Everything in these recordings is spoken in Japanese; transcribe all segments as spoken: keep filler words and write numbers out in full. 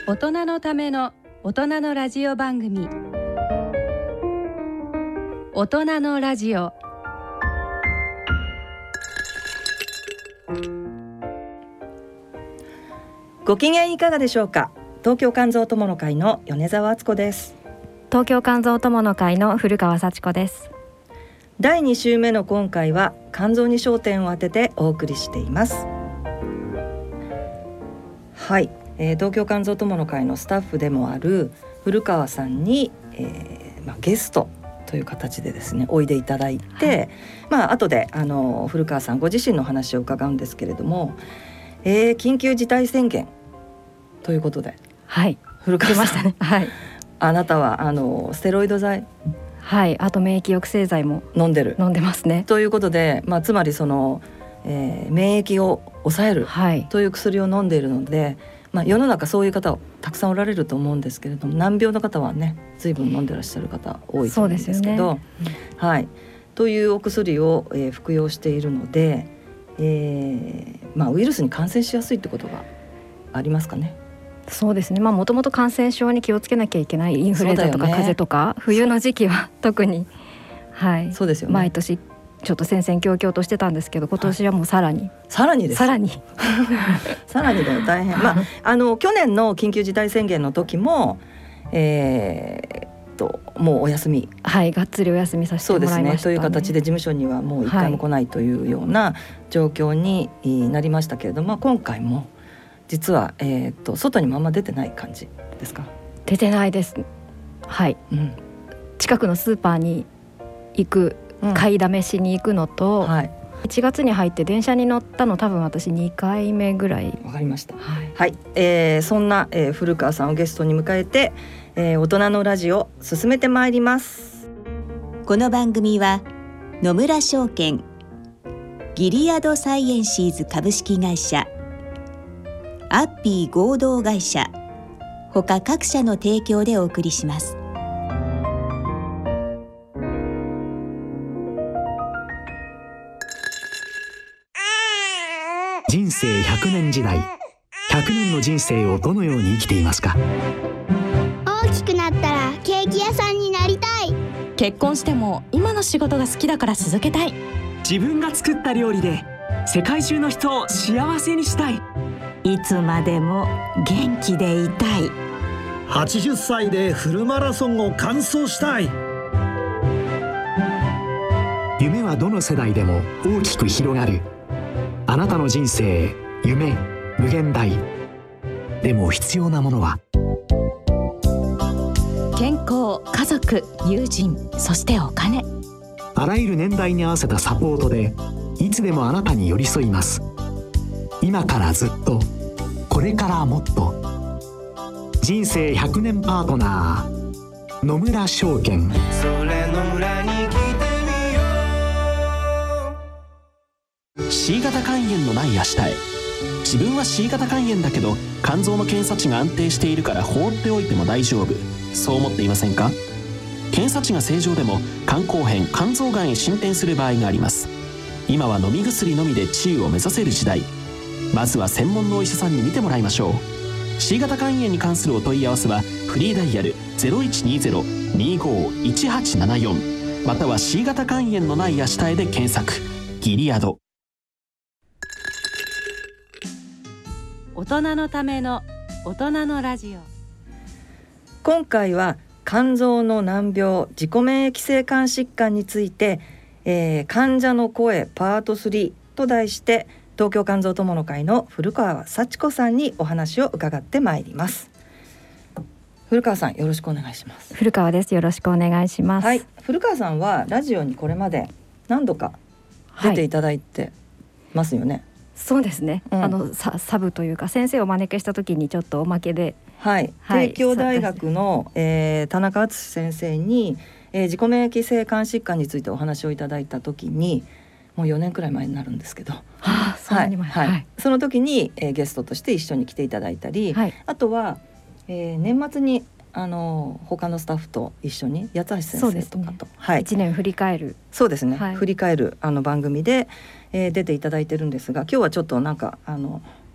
大人のための大人のラジオ番組、大人のラジオ。 ご機嫌いかがでしょうか。東京肝臓友の会の米澤敦子です。 東京肝臓友の会の古川幸子です。 だいに週目の今回は肝臓に焦点を当ててお送りしています。はい、えー、東京肝臓友の会のスタッフでもある古川さんに、えーまあ、ゲストという形でですねおいでいただいて、はい、まあ後であの古川さんご自身の話を伺うんですけれども、えー、緊急事態宣言ということで、 はい、 古川さん、 出ましたね。はい、 あなたはあのステロイド剤、 はい、あと免疫抑制剤も飲んでる飲んでますね。 ということで、まあ、つまりその、えー、免疫を抑えるという薬を飲んでいるので、まあ、世の中そういう方たくさんおられると思うんですけれども、難病の方はね随分飲んでらっしゃる方多いと思うんですけど、ね、はい、というお薬を、えー、服用しているので、えーまあ、ウイルスに感染しやすいってことがありますかね。 そうですね、もともと感染症に気をつけなきゃいけないインフルエンザとか風邪とか、冬の時期は特に、はい、 そうですよね、 毎年ちょっと戦々恐々としてたんですけど、今年はもうさらに、はい、 さらにですさらにさらにだよ、大変、まあ、あの去年の緊急事態宣言の時も、えー、ともうお休み、 はい、がっつりお休みさせてもらいましたね。 そうですね、という形で事務所にはもう一回も来ないというような状況になりましたけれども、今回も実は、えー、と外にもあんま出てない感じですか。 出てないです、はい、うん、近くのスーパーに行く、うん、買いだめしに行くのと、はい、いちがつに入って電車に乗ったの多分私にかいめぐらい。 わかりました、はいはい、えー、そんな、えー、古川さんをゲストに迎えて、えー、大人のラジオ進めてまいります。 この番組は野村証券、ギリアドサイエンシーズ株式会社、アッピー合同会社他各社の提供でお送りします。 人生ひゃくねん時代、ひゃくねんの人生をどのように生きていますか。 大きくなったらケーキ屋さんになりたい。 結婚しても今の仕事が好きだから続けたい。 自分が作った料理で世界中の人を幸せにしたい。 いつまでも元気でいたい。 はちじゅっさいでフルマラソンを完走したい。 夢はどの世代でも大きく広がる。あなたの人生、夢、無限大。でも必要なものは健康、家族、友人、そしてお金。 あらゆる年代に合わせたサポートでいつでもあなたに寄り添います。今からずっと、これからもっと。人生ひゃくねんパートナー、野村証券。それ野村に来てみよう。 C 型肝炎のない明日へ。自分は C 型肝炎だけど肝臓の検査値が安定しているから放っておいても大丈夫、そう思っていませんか。検査値が正常でも肝硬変、肝臓がんへ進展する場合があります。今は飲み薬のみで治癒を目指せる時代。まずは専門のお医者さんに見てもらいましょう。 C 型肝炎に関するお問い合わせはフリーダイヤル ゼロいちにゼロ にごーいちはちななよん または C 型肝炎のない明日へで検索。ギリアド。 大人のための大人のラジオ。 今回は肝臓の難病、自己免疫性肝疾患について、えー、患者の声パートスリーと題して東京肝臓友の会の古川幸子さんにお話を伺ってまいります。古川さん、よろしくお願いします。 古川です。よろしくお願いします。 はい、古川さんはラジオにこれまで何度か出ていただいてますよね。はい、 そうですね、うん、あの サ, サブというか先生をお招きした時にちょっとおまけで、 はいはい、帝京大学の、えー、田中敦先生に、えー、自己免疫性肝疾患についてお話をいただいた時に、もうよねんくらい前になるんですけど、はあ、そんなに前、 はいはい、その時に、えー、ゲストとして一緒に来ていただいたり、はい、あとは、えー、年末にあの他のスタッフと一緒に八橋先生とかと、ね、はい、 いちねん振り返る、 そうですね、 はい、 振り返るあの番組で、えー、出ていただいてるんですが、今日はちょっとなんかあの、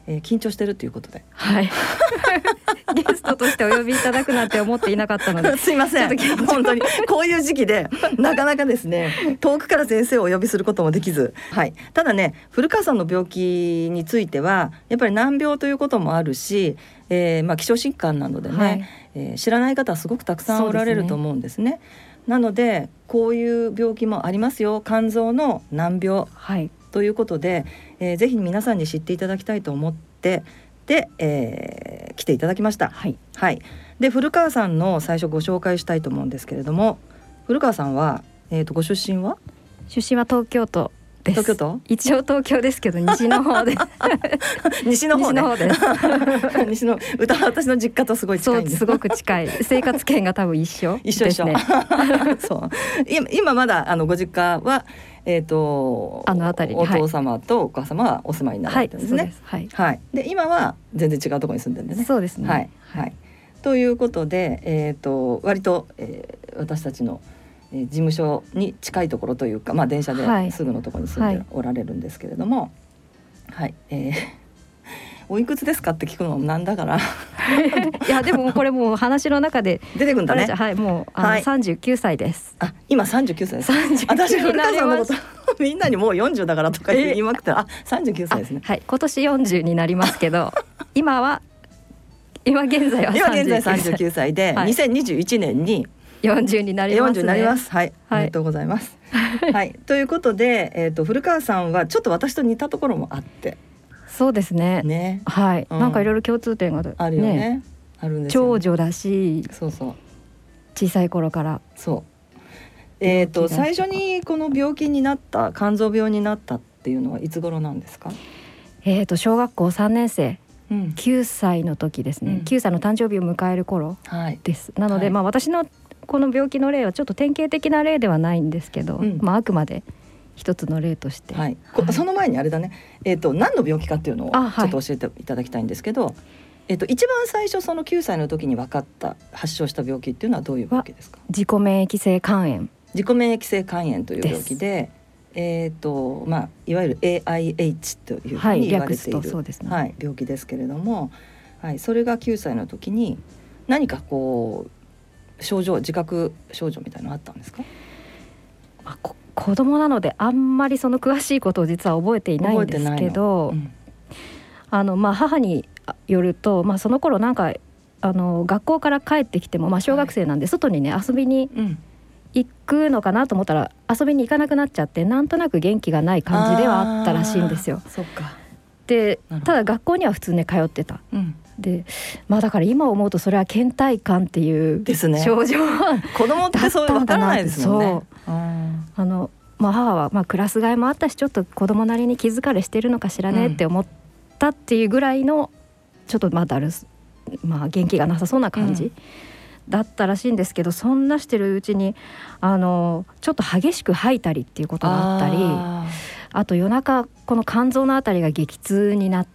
えー、緊張してるということで、 はいゲストとしてお呼びいただくなんて思っていなかったのですいません本当にこういう時期でなかなかですね遠くから先生をお呼びすることもできず、はい、ただね古川さんの病気についてはやっぱり難病ということもあるし、えーまあ、希少疾患なのでね、はい、えー、知らない方はすごくたくさんおられると思うんですね。なのでこういう病気もありますよ、肝臓の難病、はい、ということで、えー、ぜひ皆さんに知っていただきたいと思ってで、えー、来ていただきました。はい、はい、で古川さんの最初ご紹介したいと思うんですけれども、古川さんは、えー、とご出身は出身は東京都です。 東京都一応東京ですけど西の方で西の方ね、 西の方です西の歌私の実家とすごい近いんです。 そうすごく近い生活圏が多分一緒一緒一緒そう今, 今まだあのご実家はえー、とあのあたりにお父様とお母様はお住まいになられてるんですね。はい、はい、で今は全然違うところに住んでるんでね。 そうですね。 はいはい、ということで、えー、と割と、えー、私たちの、えー、事務所に近いところというか、まあ、電車ですぐのところに住んでおられるんですけれども、はいはい、えー、おいくつですかって聞くのもなんだからいやでもこれもう話の中で出てくるんだね。 はい、もうあの、はい、さんじゅうきゅうさいです。 あ、今さんじゅうきゅうさいです。私古川さんのことみんなにもうよんじゅうだからとか言いまくってあさんじゅうきゅうさいですね。 はい、今年よんじゅうになりますけど今は今現在は今現在さんじゅうきゅうさいで、はい、にせんにじゅういちねんによんじゅうになりますね。 よんじゅうになります。はい、はい、おめでとうございます。はい、ということで、えー、と古川さんはちょっと私と似たところもあって。 そうですね。 ね、 はい、うん、なんかいろいろ共通点があるよね。ね、あるんですよ。 長女だし、 そうそう。 小さい頃から。 そう。えっ、ー、と最初にこの病気になった肝臓病になったっていうのはいつ頃なんですか？ えっ、と小学校さんねんせい、うん、きゅうさいの時ですね。うん、きゅうさいの誕生日を迎える頃です。はい、なので、はい、まあ私のこの病気の例はちょっと典型的な例ではないんですけど、うん、まああくまで一つの例として、 はいはい、その前にあれだね、えーと、何の病気かっていうのをちょっと教えていただきたいんですけど、はい、えーと、一番最初そのきゅうさいの時に分かった発症した病気っていうのはどういう病気ですか？ 自己免疫性肝炎。 自己免疫性肝炎という病気で、えーとまあ、いわゆる エーアイエイチ というふうに言われている、はい、そうですね、はい、病気ですけれども、はい、それがきゅうさいの時に何かこう症状自覚症状みたいなのあったんですか？ まあ、こ子供なのであんまりその詳しいことを実は覚えていないんですけど、うん、あのまあ母によると、まあ、その頃なんかあの学校から帰ってきても、まあ、小学生なんで外にね遊びに行くのかなと思ったら遊びに行かなくなっちゃって、なんとなく元気がない感じではあったらしいんですよ。 そっか。 でただ学校には普通ね通ってた、うん、でまあだから今思うとそれは倦怠感っていう症状は、 ね、子供ってそう分からないですもんね。 そうあの、まあ、母はまあクラス替えもあったしちょっと子供なりに気疲れしてるのかしらねって思ったっていうぐらいのちょっとまあだる、まあ、元気がなさそうな感じ、うん、だったらしいんですけど、そんなしてるうちにあのちょっと激しく吐いたりっていうことがあったり、 あ, あと夜中この肝臓のあたりが激痛になって、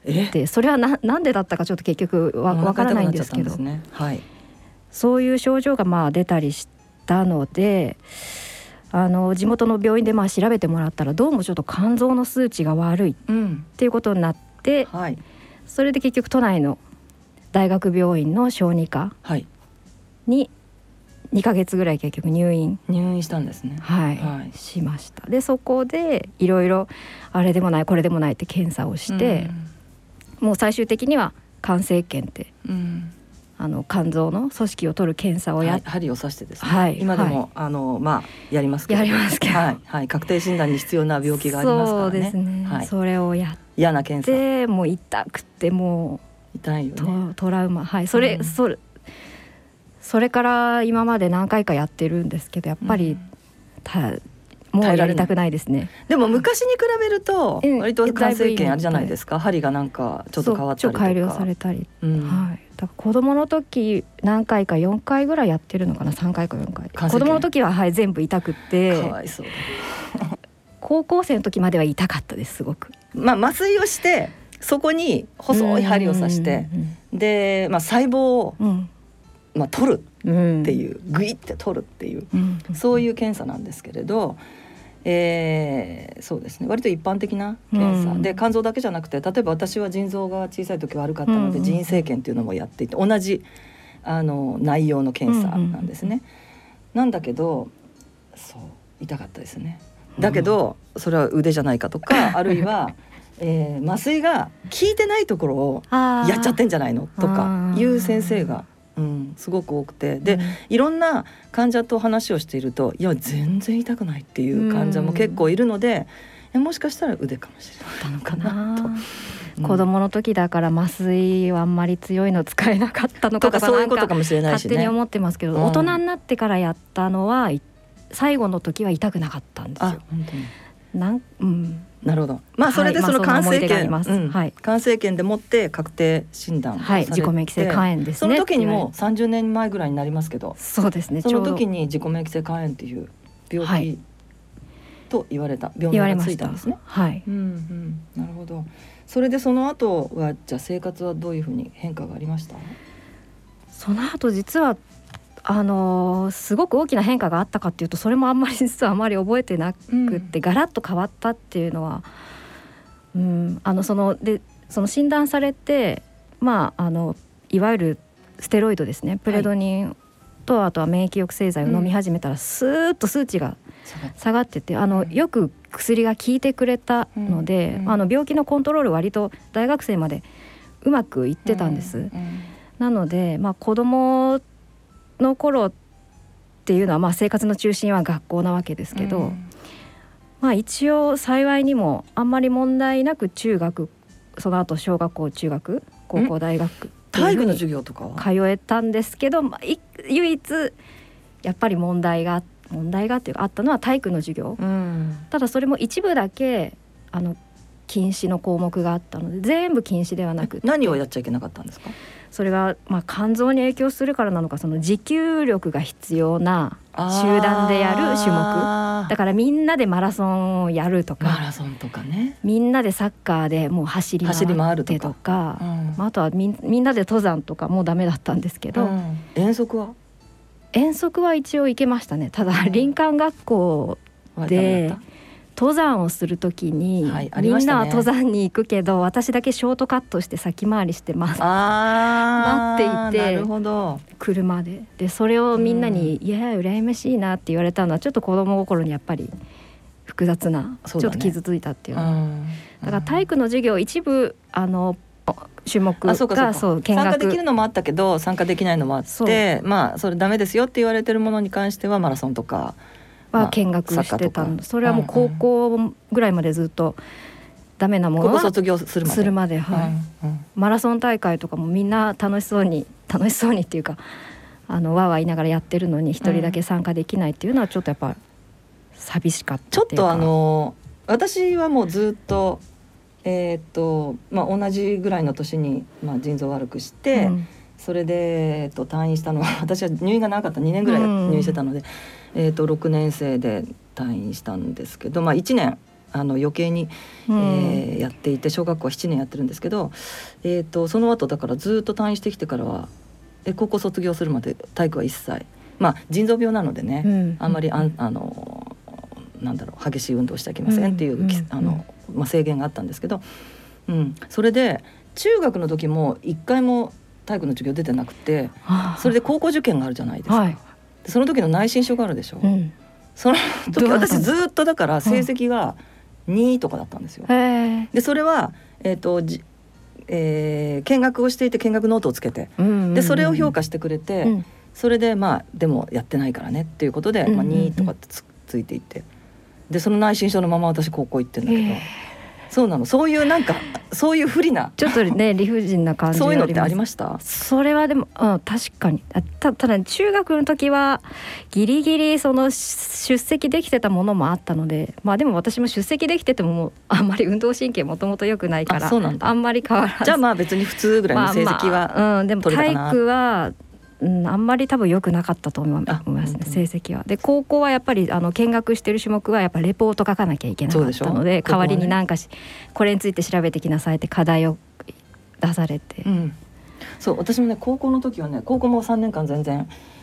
それは な, なんでだったかちょっと結局わ分からないんですけど、 ね、はい、 そういう症状がまあ出たりしたので、あの地元の病院でまあ調べてもらったらどうもちょっと肝臓の数値が悪いっていうことになって、うん、はい、それで結局都内の大学病院の小児科ににかげつぐらい結局入院入院したんですね。 はい、はい、しました。でそこでいろいろあれでもないこれでもないって検査をして、うん、もう最終的には肝生検って、うん、あの肝臓の組織を取る検査をやっ、はい、 針を刺してですね、 はい、 今でも、はい、あのまあやりますけどやりますけど、 はいはい、確定診断に必要な病気がありますからね。 そうですね、はい、それをやって嫌な検査もう痛くてもう痛いよね、 トラウマ、はい、それ、うん、それそれから今まで何回かやってるんですけど、やっぱり、うん、たもうやりたくないですね。 でも昔に比べると割と肝生検あるじゃないですか、針がなんかちょっと変わったりとか改良されたり、うん、はい、だから子供の時何回かよんかいぐらいやってるのかな、さんかいかよんかい。子供の時は、はい、全部痛くってかわいそう高校生の時までは痛かったです、すごく。 まあ麻酔をしてそこに細い針を刺して、で、まあ、細胞を、うんまあ、取るっていう、グイって取るっていう、うん、そういう検査なんですけれど、 えー、そうですね割と一般的な検査、うん、で肝臓だけじゃなくて例えば私は腎臓が小さい時悪かったので、うん、腎生検っていうのもやっていて同じあの内容の検査なんですね、うんうん、なんだけどそう痛かったですね。だけど、うん、それは腕じゃないかとかあるいは、えー、麻酔が効いてないところをやっちゃってんじゃないのとかいう先生が、うん、すごく多くてで、うん、いろんな患者と話をしているといや全然痛くないっていう患者も結構いるので、うん、もしかしたら腕かもしれないのかなと。 うん、子供の時だから麻酔はあんまり強いの使えなかったのかとかそういうことかもしれないしね勝手に思ってますけど、うん、大人になってからやったのは最後の時は痛くなかったんですよ。あ本当になん、うん、 なるほど。まあそれでその肝生検、 はいうんはい、 肝生検でもって確定診断されて、はい、 自己免疫性肝炎ですね。 その時にもさんじゅうねんまえぐらいになりますけど、 そうですね。 その時に自己免疫性肝炎っていう病気、はい、と言われた病名がついたんですね。 はい、 うんうん、なるほど。それでその後はじゃあ生活はどういうふうに変化がありました？ その後実はあのー、すごく大きな変化があったかっていうとそれもあんまり実はあまり覚えてなくって、うん、ガラッと変わったっていうのは、うん、あのそのでその診断されて、まあ、あのいわゆるステロイドですねプレドニンと、はい、あとは免疫抑制剤を飲み始めたら、うん、スーッと数値が下がっててあの、うん、よく薬が効いてくれたので、うん、あの病気のコントロール割と大学生までうまくいってたんです、うんうん、なので、まあ、子供の頃っていうのはまあ生活の中心は学校なわけですけど、うん、まあ一応幸いにもあんまり問題なく中学その後小学校中学高校大学体育の授業とかは通えたんですけど、まあ、唯一やっぱり問題が問題がっていうかあったのは体育の授業、うん、ただそれも一部だけあの禁止の項目があったので全部禁止ではなくて何をやっちゃいけなかったんですか？ それが、まあ、肝臓に影響するからなのかその持久力が必要な集団でやる種目だからみんなでマラソンをやるとかマラソンとかねみんなでサッカーでもう走り回ってとか、うんまあ、あとは み, みんなで登山とかもうダメだったんですけど、うん、 遠足は遠足は一応行けましたね。ただ林間学校で登山をするときに、はいね、みんなは登山に行くけど私だけショートカットして先回りしてます待っていてなるほど車ででそれをみんなに、うん、いや羨ましいなって言われたのはちょっと子供心にやっぱり複雑な、ね、ちょっと傷ついたっていうの、うん、だから体育の授業一部あの種目がそうかそうかそう見学参加できるのもあったけど参加できないのもあってまあそれダメですよって言われてるものに関してはマラソンとかは見学してたの、まあ、それはもう高校ぐらいまでずっとダメなものは高校卒業するまで、 するまで、はいうんうん、マラソン大会とかもみんな楽しそうに楽しそうにっていうかあのわーわー言いながらやってるのに一人だけ参加できないっていうのはちょっとやっぱ寂しかったっていうか、 ちょっとあの私はもうずっとえーっとまあ、同じぐらいの年に、まあ、腎臓を悪くして、うん、それで、えーっと退院したのは私は入院が長かったにねんぐらい入院してたので、うんえーっとろくねん生で退院したんですけど、まあ、いちねんあの余計に、うんえー、やっていて小学校はななねんやってるんですけど、えーっとその後だからずっと退院してきてからはえ高校卒業するまで体育は一切、まあ、腎臓病なのでね、うん、あんまりあんあのなんだろう激しい運動しちゃいけませんっていう、うん、あのまあ、制限があったんですけど、うん、それで中学の時も一回も体育の授業出てなくて、はあ、それで高校受験があるじゃないですか、はい、でその時の内申書があるでしょ、うん、その時私ずっとだから成績がにとかだったんですよ、うん、でそれは、えーとじえー、見学をしていて見学ノートをつけて、うんうんうん、でそれを評価してくれて、うん、それでまあでもやってないからねっていうことで、まあ、にとかって つ, ついていってでその内申書のまま私高校行ってんだけど、えー、そうなのそういうなんかそういう不利なちょっとね理不尽な感じがあります。 そういうのってありました？ それはでも、うん、確かに た, ただ中学の時はギリギリその出席できてたものもあったので、まあでも私も出席できててももうあんまり運動神経もともと良くないから あ, そうなんだあんまり変わらずじゃあまあ別に普通ぐらいの成績は、まあまあうん、でも体育はうん、あんまり多分良くなかったと思いますね、成績は。で高校はやっぱりあの見学してる種目はやっぱレポート書かなきゃいけなかったの で, で代わりに何かし こ,、ね、これについて調べてきなさいって課題を出されて、 うん、そう私もね高校の時はね高校もさんねんかん全然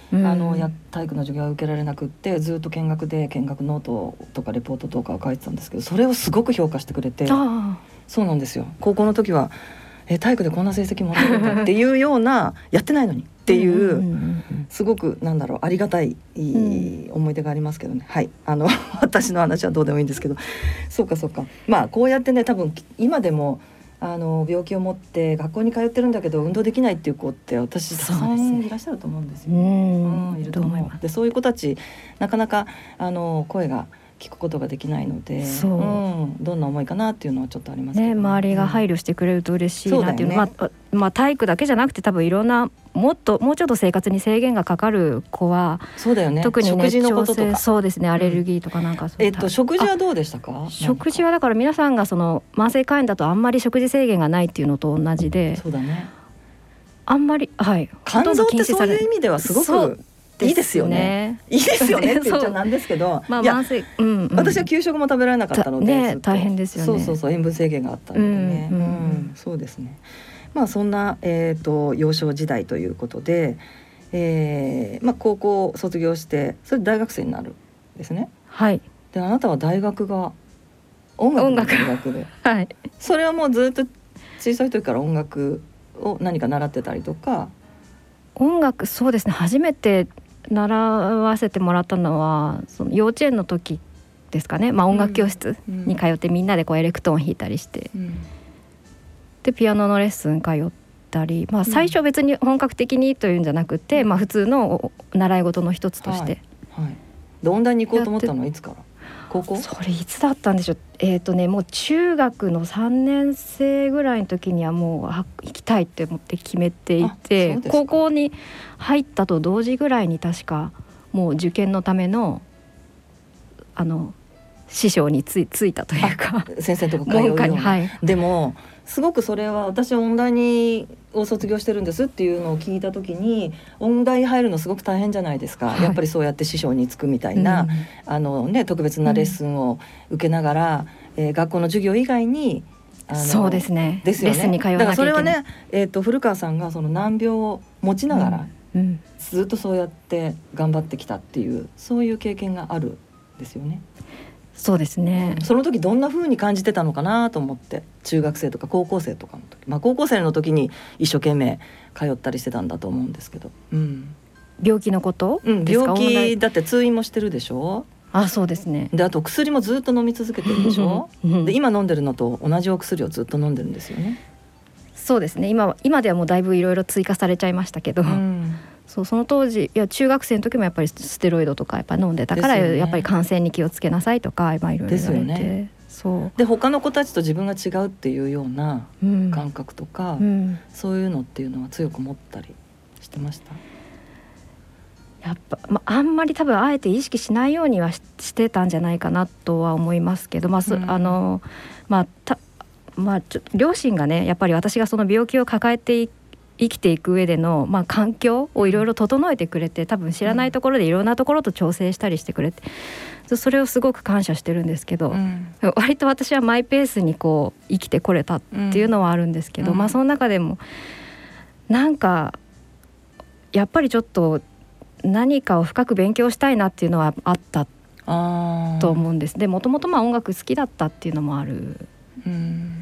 あのや体育の授業は受けられなくってずっと見学で見学ノートとかレポートとかを書いてたんですけど、それをすごく評価してくれて、そうなんですよ。高校の時はえ体育でこんな成績持ってるんだっていうようなやってないのにっていうすごくなんだろうありがたい思い出がありますけどね、はい、あの私の話はどうでもいいんですけど、そうかそうか、まあこうやってね多分今でもあの病気を持って学校に通ってるんだけど運動できないっていう子って私たくさんいらっしゃると思うんですよ。うんうんいると思う。でそういう子たちなかなかあの声が聞くことができないので、そう、うん、どんな思いかなっていうのはちょっとありますけど、ね、 周りが配慮してくれると嬉しいなっていう、うん、まあ、まあ体育だけじゃなくて多分いろんなもっともうちょっと生活に制限がかかる子はそうだよね、 特にね食事のこととかそうですねアレルギーとかなんか、うん、 えっと食事はどうでしたか？ 食事はだから皆さんがその慢性肝炎だとあんまり食事制限がないっていうのと同じで、 そうだね、 あんまりはい肝臓ってそういう意味ではすごくいいですよね。いいですよねって言っちゃなんですけど、まあ、慢性、うんうん、私は給食も食べられなかったので、 ね、大変ですよね。 そうそうそう塩分制限があったのでね、うんうんうん、そうですね。まあそんな、えーと、幼少時代ということで、えーまあ、高校を卒業してそれで大学生になるんですね。 はい。 であなたは大学が音楽の大学で、 はい、 それはもうずっと小さい時から音楽を何か習ってたりとか。 音楽そうですね初めて習わせてもらったのはその幼稚園の時ですかね、まあ、音楽教室に通ってみんなでこうエレクトーン弾いたりして、うん、でピアノのレッスン通ったり、まあ、最初別に本格的にというんじゃなくて、うんまあ、普通の習い事の一つとして、 はいはい、で音大に行こうと思ったのはいつから？高校？ それいつだったんでしょう。えーとねもう中学のさんねん生ぐらいの時にはもうあ行きたいって思って決めていて、高校に入ったと同時ぐらいに確かもう受験のためのあの師匠につい、ついたというか先生とか通うような、はい、でもすごくそれは私は音大にを卒業してるんですっていうのを聞いた時に音大入るのすごく大変じゃないですか、はい、やっぱりそうやって師匠につくみたいな、うん、あのね、特別なレッスンを受けながら、うんえー、学校の授業以外にあのそうですね、 ですよね、 レッスンに通わなきゃいけない。 だからそれはね、えーと、古川さんがその難病を持ちながら、うんうん、ずっとそうやって頑張ってきたっていうそういう経験があるんですよね。 そうですね、 うん、その時どんな風に感じてたのかなと思って、中学生とか高校生とかの時、まあ、高校生の時に一生懸命通ったりしてたんだと思うんですけど、うん、 病気のことうん、病気だって通院もしてるでしょ。 あ、そうですね。 であと薬もずっと飲み続けてるでしょで今飲んでるのと同じお薬をずっと飲んでるんですよね。 そうですね、 今, 今ではもうだいぶいろいろ追加されちゃいましたけど、うんそうその当時いや中学生の時もやっぱりステロイドとかやっぱ飲んでたから、ね、やっぱり感染に気をつけなさいとかいろいろ言われて、ですよね、そうで他の子たちと自分が違うっていうような感覚とか、うんうん、そういうのっていうのは強く持ったりしてました？ やっぱ、まあ、あんまり多分あえて意識しないようには し, してたんじゃないかなとは思いますけど、まあ、うん、あのまあたまあ、ちょ両親がねやっぱり私がその病気を抱えてい生きていく上での、まあ、環境をいろいろ整えてくれて、多分知らないところでいろんなところと調整したりしてくれて、うん、それをすごく感謝してるんですけど、うん、割と私はマイペースにこう生きてこれたっていうのはあるんですけど、うんまあ、その中でもなんかやっぱりちょっと何かを深く勉強したいなっていうのはあったと思うんです。でもともと音楽好きだったっていうのもある、うん、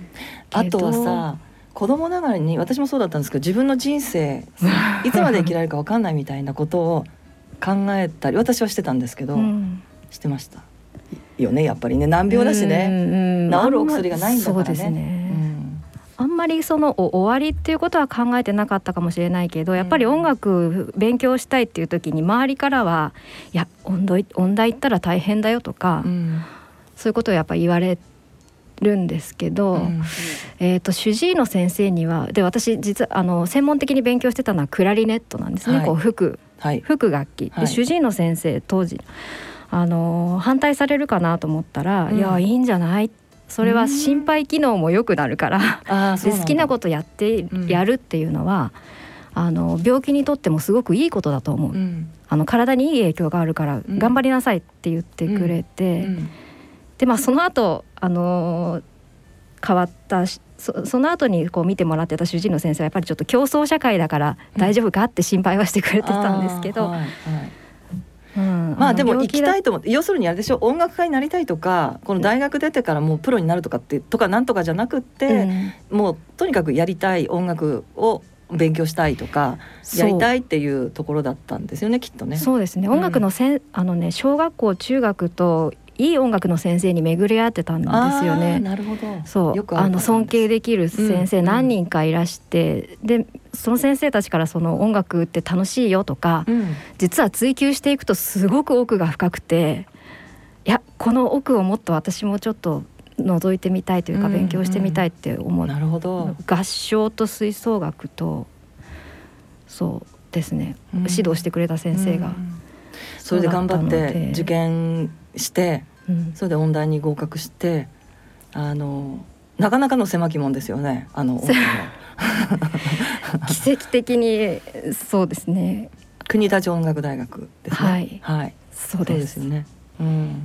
あとはさ子供ながらに私もそうだったんですけど、自分の人生いつまで生きられるか分かんないみたいなことを考えたり私はしてたんですけど、うん、してましたよね。やっぱりね難病だしね、うんうん、治るお薬がないんだからね。そうですね、うん、 あんまりその終わりっていうことは考えてなかったかもしれないけど、やっぱり音楽勉強したいっていう時に周りからはいや音大、音大行ったら大変だよとか、うん、そういうことをやっぱり言われてるんですけど、うんえー、と主治医の先生にはで私実はあの専門的に勉強してたのはクラリネットなんですね、はい、こう 吹, はい、吹く楽器、はい、で主治医の先生当時あの反対されるかなと思ったら、うん、いやいいんじゃない、それは心肺機能も良くなるから、うん、で好きなことやって、うん、やるっていうのはあの病気にとってもすごくいいことだと思う、うん、あの体にいい影響があるから頑張りなさいって言ってくれて、うんうんうんでまあ、その後、あのー、 変わったそ, その後にこう見てもらってた主治医の先生はやっぱりちょっと競争社会だから大丈夫かって心配はしてくれてたんですけど、うんはいはいうん、まあでも行きたいと思って要するにあれでしょ音楽家になりたいとかこの大学出てからもうプロになるとかってとかなんとかじゃなくって、うん、もうとにかくやりたい音楽を勉強したいとかやりたいっていうところだったんですよねきっとね。 そうですね音楽のせん、うん、あのね小学校中学といい音楽の先生に巡り合ってたんですよね。 なるほど。 そうよくあの尊敬できる先生何人かいらして、うん、でその先生たちからその音楽って楽しいよとか、うん、実は追求していくとすごく奥が深くていやこの奥をもっと私もちょっと覗いてみたいというか勉強してみたいって思う、うんうん、 なるほど。 合唱と吹奏楽とそうですね、うん、指導してくれた先生が、うん、 それで頑張って受験して、うん、それで音大に合格してあのなかなかの狭き門ですよねあの奇跡的にそうですね国立音楽大学ですね。 はい、はい、そうです、そうですよね、うん、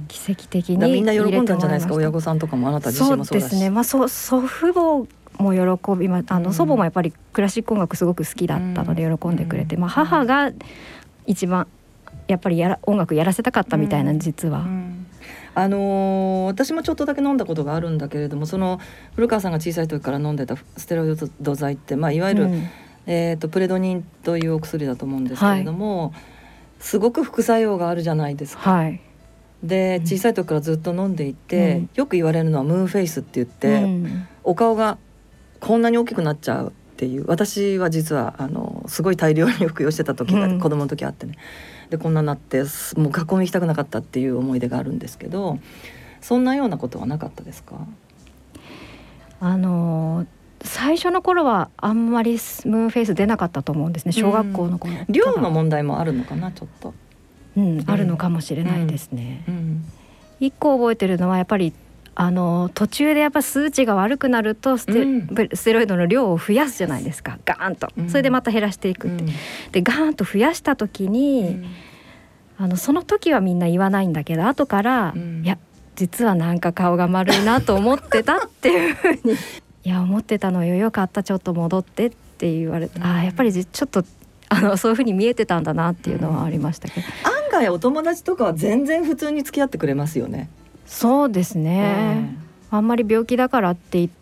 奇跡的に入れてもらいました。 みんな喜んだんじゃないですか親御さんとかもあなた自身もそうだし。 そうですね、まあ、そ祖父母も喜びまあの、うん、祖母もやっぱりクラシック音楽すごく好きだったので喜んでくれて、うんまあ、母が一番やっぱりやら音楽やらせたかったみたいな、うん、実は、うんあのー、私もちょっとだけ飲んだことがあるんだけれどもその古川さんが小さい時から飲んでたステロイド剤って、まあ、いわゆる、うんえー、とプレドニンというお薬だと思うんですけれども、はい、すごく副作用があるじゃないですか、はい、で小さい時からずっと飲んでいて、うん、よく言われるのはムーンフェイスって言って、うん、お顔がこんなに大きくなっちゃうっていう私は実はあのすごい大量に服用してた時が、うん、子供の時あってねでこんなになってもう学校に行きたくなかったっていう思い出があるんですけどそんなようなことはなかったですか？ あの最初の頃はあんまりムーンフェイス出なかったと思うんですね小学校の頃、うん、 量の問題もあるのかなちょっと、 うん、あるのかもしれないですね、うんうん、一個覚えてるのはやっぱりあの途中でやっぱ数値が悪くなるとステ、うん、ステロイドの量を増やすじゃないですかガーンと、うん、それでまた減らしていくって、うん、でガーンと増やした時に、うん、あのその時はみんな言わないんだけど後から、うん、いや実はなんか顔が丸いなと思ってたっていうふうにいや思ってたのよよかったちょっと戻ってって言われて、うん、あやっぱりちょっとあのそういうふうに見えてたんだなっていうのはありましたけど、 うん、案外お友達とかは全然普通に付き合ってくれますよね。 そうですね、うん、あんまり病気だからって言って、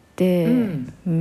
うんうん、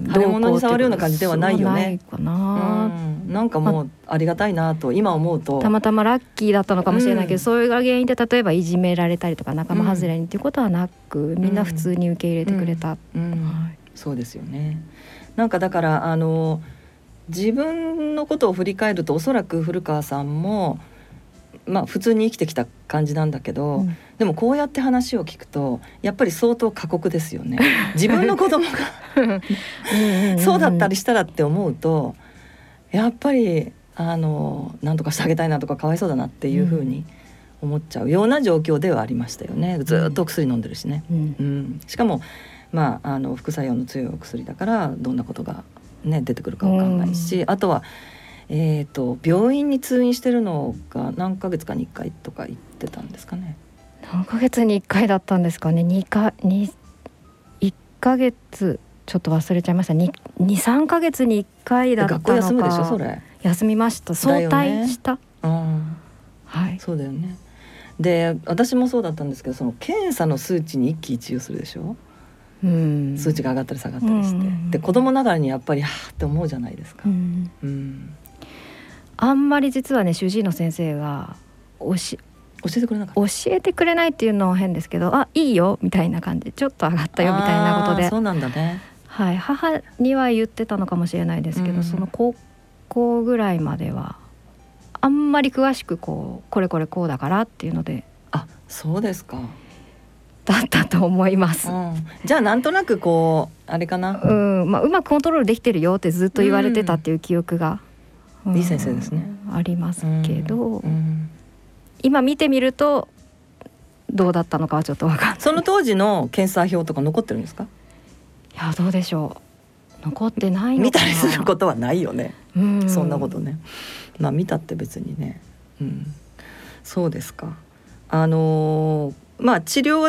腫れ物に触るような感じではないよね。 ないかな、 うん、なんかもうありがたいなと今思うとたまたまラッキーだったのかもしれないけど、うん、それが原因で例えばいじめられたりとか仲間外れにっていうことはなく、うん、みんな普通に受け入れてくれた、 うんうんうんはい、そうですよね。なんかだからあの自分のことを振り返るとおそらく古川さんもまあ普通に生きてきた感じなんだけど、うん、でもこうやって話を聞くとやっぱり相当過酷ですよね自分の子供がそうだったりしたらって思うとやっぱりあの何とかしてあげたいなとかかわいそうだなっていうふうに思っちゃうような状況ではありましたよね。ずっとお薬飲んでるしね、うんうん、しかも、まあ、あの副作用の強いお薬だからどんなことが、ね、出てくるか分かんないし、うん、あとはえーと、病院に通院してるのが何ヶ月かにいっかいとか言ってたんですかね。 何ヶ月にいっかいだったんですかね。にかにいっかげつちょっと忘れちゃいました。 にさんかげつにいっかいだったのか。 学校休むでしょそれ。 休みました。早退した、ねうんはい、そうだよね。で私もそうだったんですけどその検査の数値に一喜一憂するでしょ。うん数値が上がったり下がったりして、うん、で子供ながらにやっぱりはーって思うじゃないですか、うんうんあんまり実はね主治医の先生が教え、 教えてくれなかった教えてくれないっていうのは変ですけどあいいよみたいな感じでちょっと上がったよみたいなことでそうなんだね、 はい、母には言ってたのかもしれないですけど、うん、その高校ぐらいまではあんまり詳しくこうこれこれこうだからっていうのであそうですかだったと思います、 うん、じゃあなんとなくこうあれかな、 うんまあ、うまくコントロールできてるよってずっと言われてたっていう記憶が、 うん、いい先生ですね、 うん、ありますけど、うんうん、今見てみるとどうだったのかはちょっと分かんない。 その当時の検査表とか残ってるんですか？ いやどうでしょう残ってないのかな。 見たりすることはないよね、うん、そんなことねまあ見たって別にね、うん、そうですか。あのー、まあ治療は絶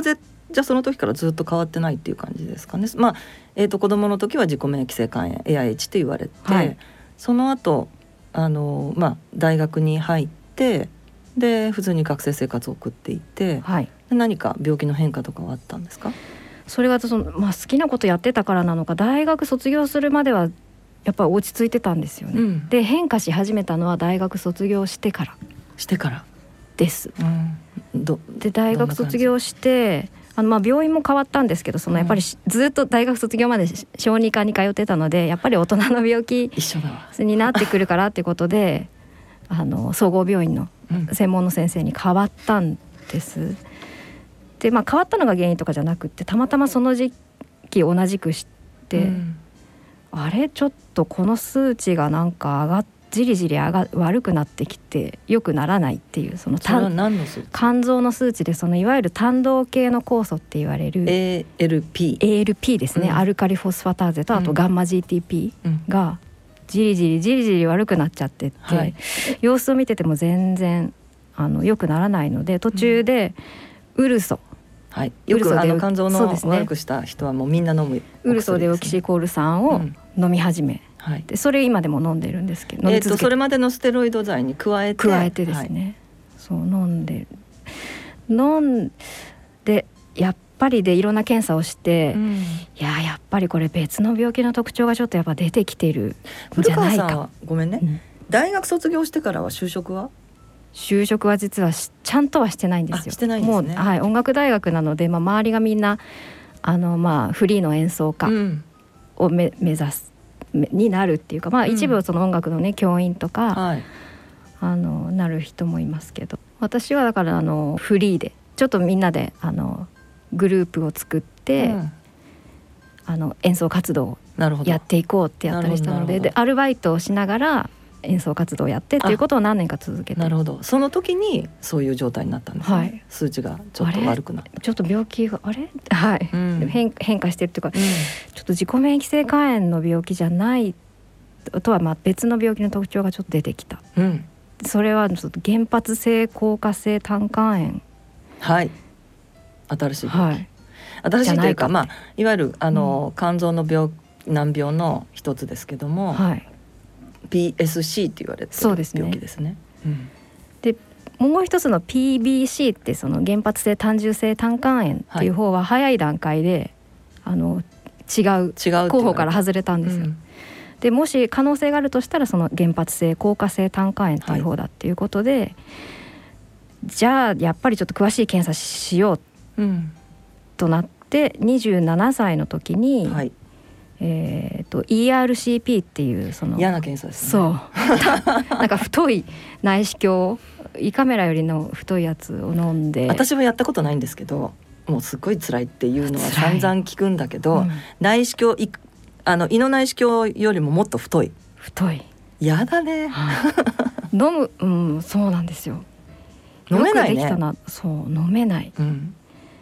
じゃあその時からずっと変わってないっていう感じですかね。まあ、えー、と子供の時は自己免疫性肝炎 エーアイエイチ って言われて、はい、その後あの、まあ、大学に入ってで普通に学生生活を送っていて、はい、何か病気の変化とかはあったんですか？ それがその、まあ、好きなことやってたからなのか大学卒業するまではやっぱり落ち着いてたんですよね、うん、で変化し始めたのは大学卒業してからしてからです、 うん、どで大学卒業してあのまあ病院も変わったんですけどそのやっぱりずっと大学卒業まで小児科に通ってたのでやっぱり大人の病気になってくるからっていうことであの総合病院の専門の先生に変わったんです、うん、で、まあ、変わったのが原因とかじゃなくってたまたまその時期同じくして、うん、あれちょっとこの数値がなんか上がってじりじり上が悪くなってきて良くならないっていうそのそれは何の数値？ 肝臓の数値でそのいわゆる単動系の酵素って言われるエーエルピーエーエルピー ですね、うん、アルカリフォスファターゼとあとガンマ ジーティーピー がじりじりじりじり悪くなっちゃってって、はい、様子を見てても全然あの良くならないので途中でウルソ、 はい、よくあの肝臓の悪くした人はもうみんな飲むお薬ですね。 ウルソデオキシコール酸を飲み始め、うんはい、でそれ今でも飲んでるんですけど、 えー、とそれまでのステロイド剤に加えて加えてですね、はい、そう飲んで飲んでやっぱりでいろんな検査をして、うん、いややっぱりこれ別の病気の特徴がちょっとやっぱ出てきてるんじゃないか。 古川さんはごめんね、うん、大学卒業してからは就職は就職は実はちゃんとはしてないんですよ。 してないんですね。 もう、はい、音楽大学なので、まあ、周りがみんなあの、まあ、フリーの演奏家をめ、うん、目指すになるっていうか、まあ、一部その音楽のね、うん、教員とか、はい、あのなる人もいますけど私はだからあのフリーでちょっとみんなであのグループを作って、うん、あの演奏活動をやっていこうってやったりしたので、でアルバイトをしながら演奏活動をやってっていうことを何年か続けて。 なるほど。その時にそういう状態になったんですね、はい、数値がちょっと悪くなってちょっと病気があれ、はい、うん、変, 変化してるっていうか、うん、ちょっと自己免疫性肝炎の病気じゃないとはまあ別の病気の特徴がちょっと出てきた、うん、それはちょっと原発性硬化性胆管炎、 はい、新しい病気、はい、新しいというか、まあ、いわゆるあの、うん、肝臓の病難病の一つですけども、はい、ピーエスシー って言われてる病気ですね。 うん、でもう一つの ピービーシー ってその原発性単純性胆管炎っていう方は早い段階で、はい、あの違う候補から外れたんですよ。うん、でもし可能性があるとしたらその原発性硬化性胆管炎っていう方だっていうことで、はい、じゃあやっぱりちょっと詳しい検査しようとなってにじゅうななさいの時に、はい、えー、と イーアールシーピー っていうその嫌な検査ですね。 そうなんか太い内視鏡胃カメラよりの太いやつを飲んで、 私はやったことないんですけどもうすごい辛いっていうのは散々聞くんだけど、うん、内視鏡あの胃の内視鏡よりももっと太い太いやだね、 飲む、うん、そうなんですよ。 飲めないね。 よくできたな。そう飲めない、うん、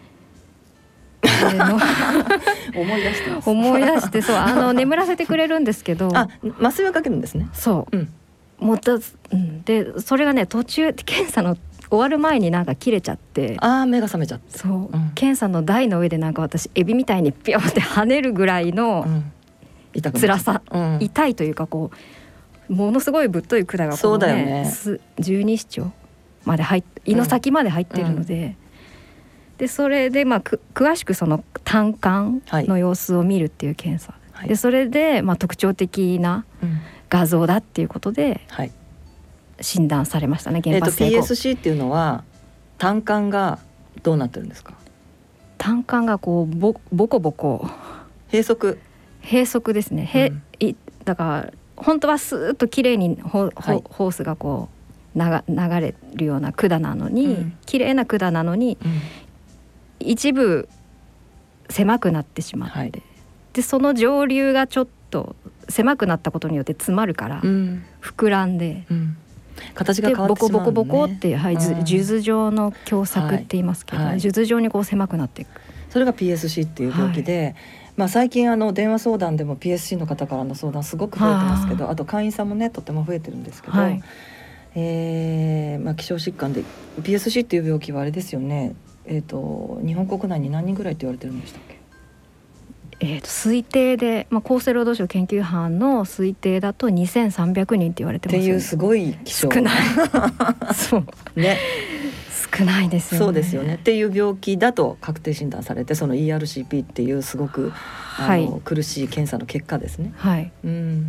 思い出してます思い出してそうあの眠らせてくれるんですけどあ麻酔はかけるんですね。 そう、うん、もた、うん、でそれがね途中検査の終わる前になんか切れちゃって、 あ目が覚めちゃって、 そう、うん、検査の台の上でなんか私エビみたいにピョンって跳ねるぐらいの辛さ、うん、痛いというかこうものすごいぶっとい管がこう、ね、そうだよね、十二指腸まで入っ胃の先まで入ってるので、うんうん、でそれでまあく詳しくその胆管の様子を見るっていう検査、はい、でそれでまあ特徴的な画像だっていうことで診断されましたね、原発性、 えー、と ピーエスシー っていうのは胆管がどうなってるんですか？ 胆管がこうボボコボコ閉塞閉塞ですね、へ、うん、いだから本当はスーッときれいにホ、はい、ホースがこう流れるような管なのに、うん、きれいな管なのに、うん、一部狭くなってしまって、はい、でその上流がちょっと狭くなったことによって詰まるから、うん、膨らんで、うん、 形が変わってしまうのね。 ボコボコボコって、はい、数珠状の狭窄って言いますけど、はい、数珠状にこう狭くなっていく。 それが ピーエスシー っていう病気で、はい、まあ、最近あの電話相談でも ピーエスシー の方からの相談すごく増えてますけど、 あ, あと会員さんもねとっても増えてるんですけど、はい、えーまあ、希少疾患で ピーエスシー っていう病気はあれですよね、 えー、と日本国内に何人ぐらいって言われてるんでしたっけ？ えー、と推定で、まあ、厚生労働省研究班の推定だとにせんさんびゃくにんって言われてますよね。 っていうすごい希少少ないそうね、 少ないですよね。 そうですよね。っていう病気だと確定診断されて、その イーアールシーピー っていうすごくあの、はい、苦しい検査の結果ですね。 はい、 うん、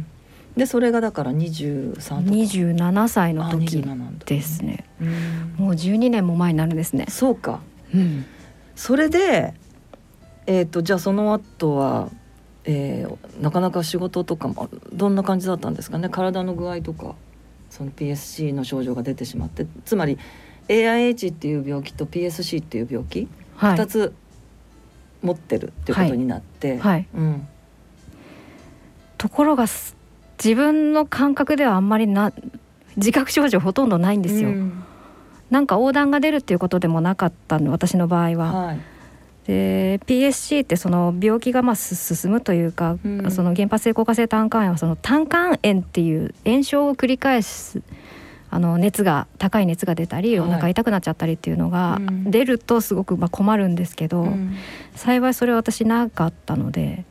でそれがだからにじゅうさんとかにじゅうななさいの時ですね。うん、もうじゅうにねんも前になるんですね。 そうか、 うん、 それでえー、とじゃあその後は、えー、なかなか仕事とかもどんな感じだったんですかね。体の具合とかその ピーエスシー の症状が出てしまって、つまり エーアイエイチ っていう病気と ピーエスシー っていう病気、はい、ふたつ持ってるっていうことになって、はいはい、うん、 ところが自分の感覚ではあんまりな自覚症状ほとんどないんですよ、うん、なんか横断が出るっていうことでもなかったの、私の場合は、はい、で ピーエスシー ってその病気がまあ進むというか、うん、その原発性硬化性胆管炎はその胆管炎っていう炎症を繰り返す、あの熱が高い熱が出たり、はい、お腹痛くなっちゃったりっていうのが出るとすごくまあ困るんですけど、うん、幸いそれは私なかったので、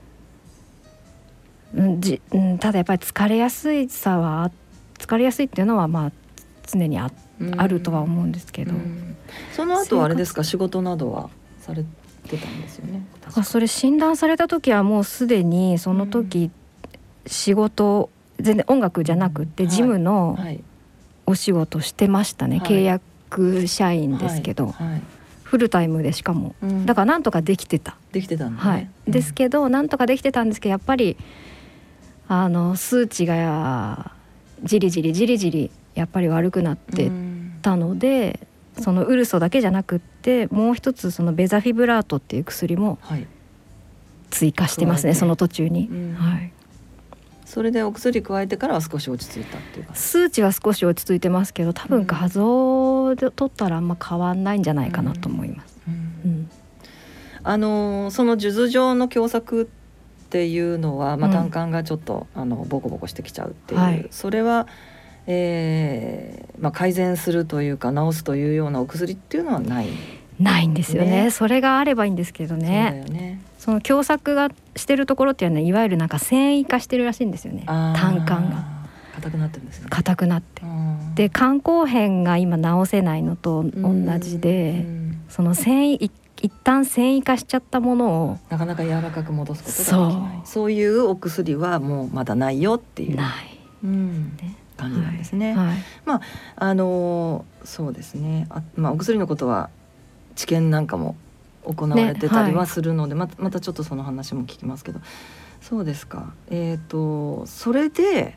うんじうん、ただやっぱり疲れやすいさは疲れやすいっていうのはまあ常に あ,、うん、あるとは思うんですけど、うん、 その後はあれですか、仕事などはされてたんですよね。 それ診断された時はもうすでにその時、うん、仕事全然音楽じゃなくて、うん、事務のお仕事してましたね、はい、契約社員ですけど、はいはい、フルタイムでしかも、うん、だからなんとかできてたできてたんだね、 はいうん、ですけどなんとかできてたんですけど、やっぱりあの数値がじりじりじりじりやっぱり悪くなってたので、うん、そのウルソだけじゃなくってもう一つそのベザフィブラートっていう薬も追加してますね、はい、その途中に、うんはい、 それでお薬加えてからは少し落ち着いたっていうか、 数値は少し落ち着いてますけど、多分画像で撮ったらあんま変わんないんじゃないかなと思います、うんうんうん、 あのその数珠状の狭窄っていうのは、まあ、胆管がちょっと、うん、あのボコボコしてきちゃうっていう、はい、それはえーまあ、改善するというか治すというようなお薬っていうのはない、 ないんですよ ね, ねそれがあればいいんですけど ね, そうだよね。その狭窄がしてるところっていうのはいわゆるなんか繊維化してるらしいんですよね。胆管が硬くなってるんですね。 硬くなってで肝硬変が今治せないのと同じで、その繊維一旦繊維化しちゃったものをなかなか柔らかく戻すことができない、そう、そういうお薬はもうまだないよっていうない、 うんね感じなんですね、はいはい、まああのそうですね、あ、まあ、お薬のことは治験なんかも行われてたりはするので、ねはい、ま, またちょっとその話も聞きますけど、そうですか、えーとそれで、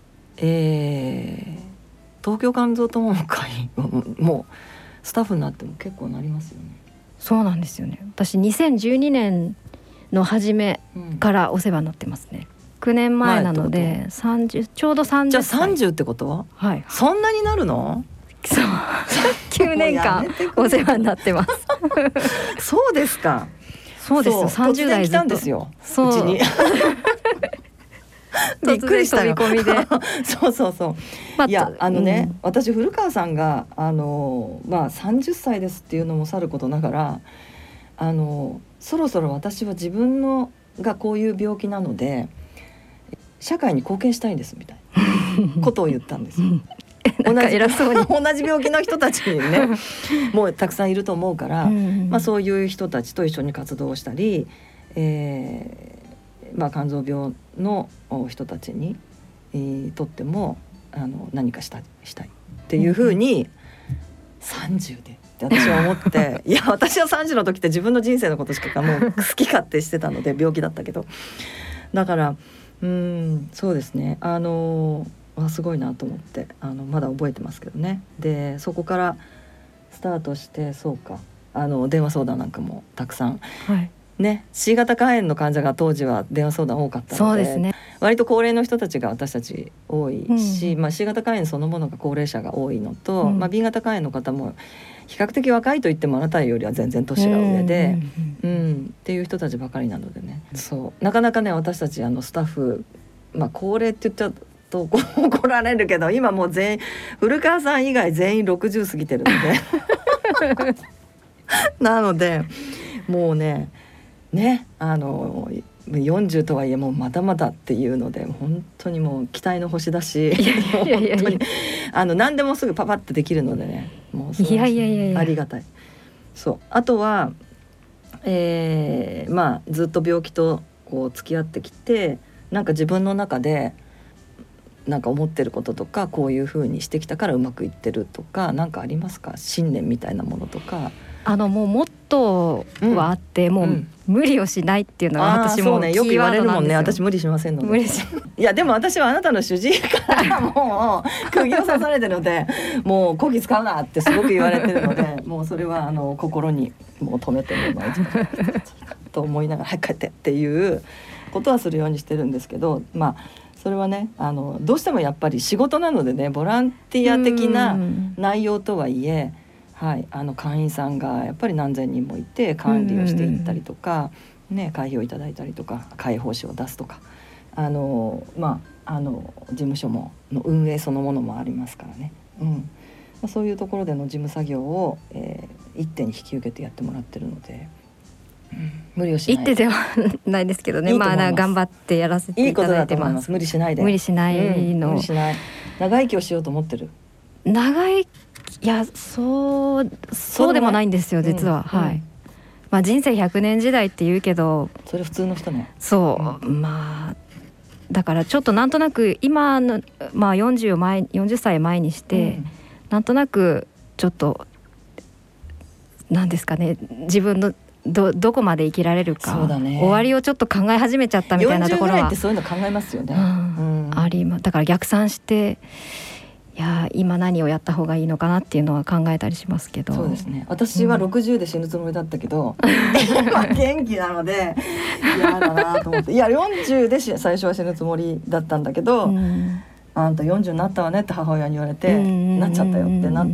えー、東京肝臓友の会もうスタッフになっても結構なりますよね。 そうなんですよね。私にせんじゅうにねんの初めからお世話になってますね、うんきゅうねんまえなのでさんじゅうちょうどさんじゅっさい。 じゃあさんじゅうってことは、 はい、 そんなになるの？ そうきゅうねんかんお世話になってますそうですか。 そうですよ、さんじゅうだいずっと突然来たんですよ、 そううちにびっくりしたよ飛び込みでそうそうそう、まあ、いやあのね、うん、私古川さんがあの、まあ、さんじゅっさいですっていうのもさることながら、あのそろそろ私は自分のがこういう病気なので社会に貢献したいですみたいなことを言ったんですよ同じ偉そうに同じ病気の人たちにねもうたくさんいると思うから、まあ、そういう人たちと一緒に活動したり、えーまあ、肝臓病の人たちに、えー、とってもあの何かした、したいっていうふうにさんじゅうでって私は思っていや私はさんじゅうの時って自分の人生のことしかもう好き勝手してたので病気だったけど、だからうんそうですね、あのあすごいなと思ってあのまだ覚えてますけどね。でそこからスタートして、そうかあの電話相談なんかもたくさん、はいね、シー 型肝炎の患者が当時は電話相談多かったので、 そうですね、 割と高齢の人たちが私たち多いし、うんまあ、シー 型肝炎そのものが高齢者が多いのと、うんまあ、ビー 型肝炎の方も比較的若いといってもあなたよりは全然年が上で、うんうんうん、っていう人たちばかりなのでね、そうなかなかね私たちあのスタッフ、まあ、高齢って言っちゃうと怒られるけど今もう全員古川さん以外全員ろくじゅう過ぎてるのでなのでもうねねあのよんじゅうとはいえもうまだまだっていうので本当にもう期待の星だし本当にあの何でもすぐパパッとできるのでねもうそれはありがたい。そうあとは、えー、まあずっと病気とこう付き合ってきてなんか自分の中でなんか思ってることとかこういう風にしてきたからうまくいってるとかなんかありますか？信念みたいなものとか。 あのもうモットーはあって、うん、もう無理をしないっていうのは私もキーワードなんですよ。 よく言われるもんね。私無理しませんので。 無理しいやでも私はあなたの主治医からもう釘を刺されてるのでもうこき使うなってすごく言われてるのでもうそれはあの心にもう止めてもらいと思いながら早く帰ってっていうことはするようにしてるんですけど、まあそれはねあのどうしてもやっぱり仕事なのでねボランティア的な内容とはいえ、はい、あの会員さんがやっぱり何千人もいて管理をしていったりとか、ね、会費をいただいたりとか会費報酬を出すとかあの、まあ、あの事務所もの運営そのものもありますからね、うんまあ、そういうところでの事務作業を、えー、一手に引き受けてやってもらってるので。うん、無理をしない。 一手ではないですけどね。いいまあ頑張ってやらせていただいてます。いいことだと思います。 無理しないで。 無理しないの。 うん、無理しない。長生きをしようと思ってる。 長生きいやそうそうでもないんですよ実は。うん、はい。うん、まあ人生ひゃくねん時代って言うけど。 それ普通の人ね。 そう、うん、まあだからちょっとなんとなく今のまあよんじゅう前よんじゅっさい前にして、うん、なんとなくちょっとなんですかね自分のど, どこまで生きられるか、 そうだね、 終わりをちょっと考え始めちゃったみたいなところはよんじゅうぐらいってそういうの考えますよね、 うんうん、ありまだから逆算していや今何をやった方がいいのかなっていうのは考えたりしますけど。 そうですね。私はろくじゅうで死ぬつもりだったけど、うん、今元気なので嫌だなと思っていやよんじゅうで最初は死ぬつもりだったんだけど、うん、あんたよんじゅうになったわねって母親に言われて、うん、なっちゃったよってなって、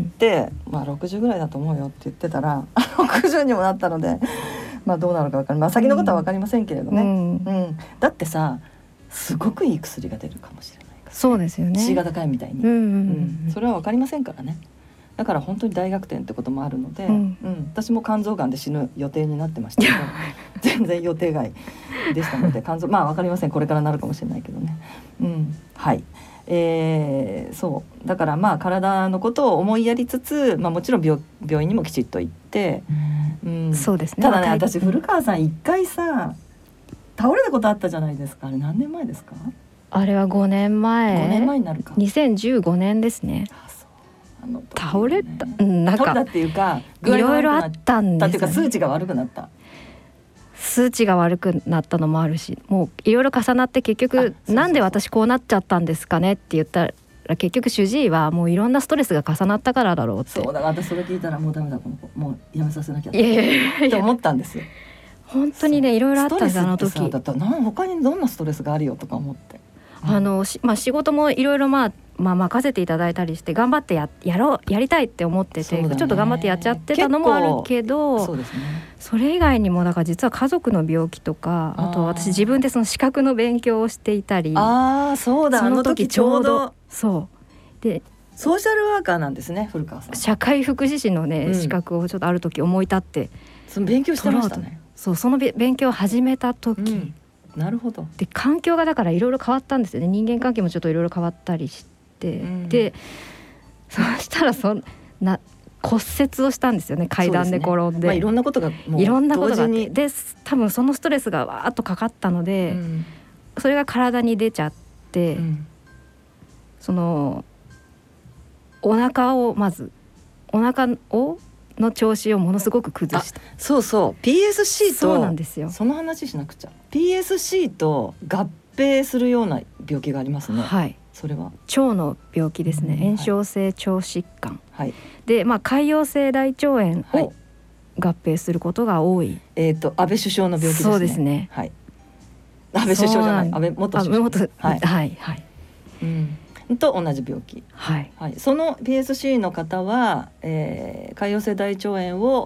まあろくじゅうぐらいだと思うよって言ってたらろくじゅうにもなったのでまあどうなるか分かりません、まあ、先のことは分かりませんけれどね、うんうん、だってさすごくいい薬が出るかもしれないから、ね、 そうですよね C 型肝炎みたいに、うんうんうん、それは分かりませんからね。だから本当に大逆転ってこともあるので、うんうん、私も肝臓がんで死ぬ予定になってましたけど全然予定外でしたので肝臓まあ分かりません、これからなるかもしれないけどね、うん、はい、えー、そうだからまあ体のことを思いやりつつ、まあ、もちろん 病, 病院にもきちっと行って、 うんうん、そうですね。 ただね私古川さん一回さ倒れたことあったじゃないですか。あれ何年前ですか？ あれはごねんまえ。 ごねんまえになるか。 にせんじゅうごねんですね。 あそうあの、ね、 倒れた、うん、なんか倒れたっていうかいろいろあったんですよね。 っていうか数値が悪くなった。 数値が悪くなったのもあるし、もういろいろ重なって結局なんで私こうなっちゃったんですかねって言ったら結局主治医はもういろんなストレスが重なったからだろうって。 そうだから私それ聞いたらもうダメだこの子もうやめさせなきゃって思ったんですよ。 本当にねいろいろあったんですあの時。 だったら他にどんなストレスがあるよとか思って、 うん、あのまあ、仕事もいろいろまあまあ、任せていただいたりして頑張って や, やろうやりたいって思ってて、ね、ちょっと頑張ってやっちゃってたのもあるけどそうですね、 それ以外にもだから実は家族の病気とか あ, あと私自分でその資格の勉強をしていたり、 あそうだその時ちょうどそうでソーシャルワーカーなんですね古川さん。 社会福祉士のね、うん、資格をちょっとある時思い立ってその勉強してましたね。 そうその勉強を始めた時、うん、 なるほど。 で環境がだからいろいろ変わったんですよね。人間関係もちょっといろいろ変わったりして、うん、でそうしたらそな骨折をしたんですよね。階段で転ん で, で、 まあ、いろんなことがもういろんなことがあってで多分そのストレスがわーっとかかったので、うん、それが体に出ちゃって、うん、そのお腹をまずお腹をの調子をものすごく崩した。 そうそう ピーエスシー とそうなんですよ。 その話しなくちゃ。 ピーエスシー と合併するような病気がありますね。 はい、 それは腸の病気ですね、うん、炎症性腸疾患、 はい、 で、まあ、潰瘍性大腸炎を合併することが多い、はい、 えー、と安倍首相の病気ですね。 そうですね、 はい、安倍首相じゃない安倍元首相、 元はいはいはい、 うんと同じ病気、 はいはい、その ピーエスシー の方は、えー、潰瘍性大腸炎を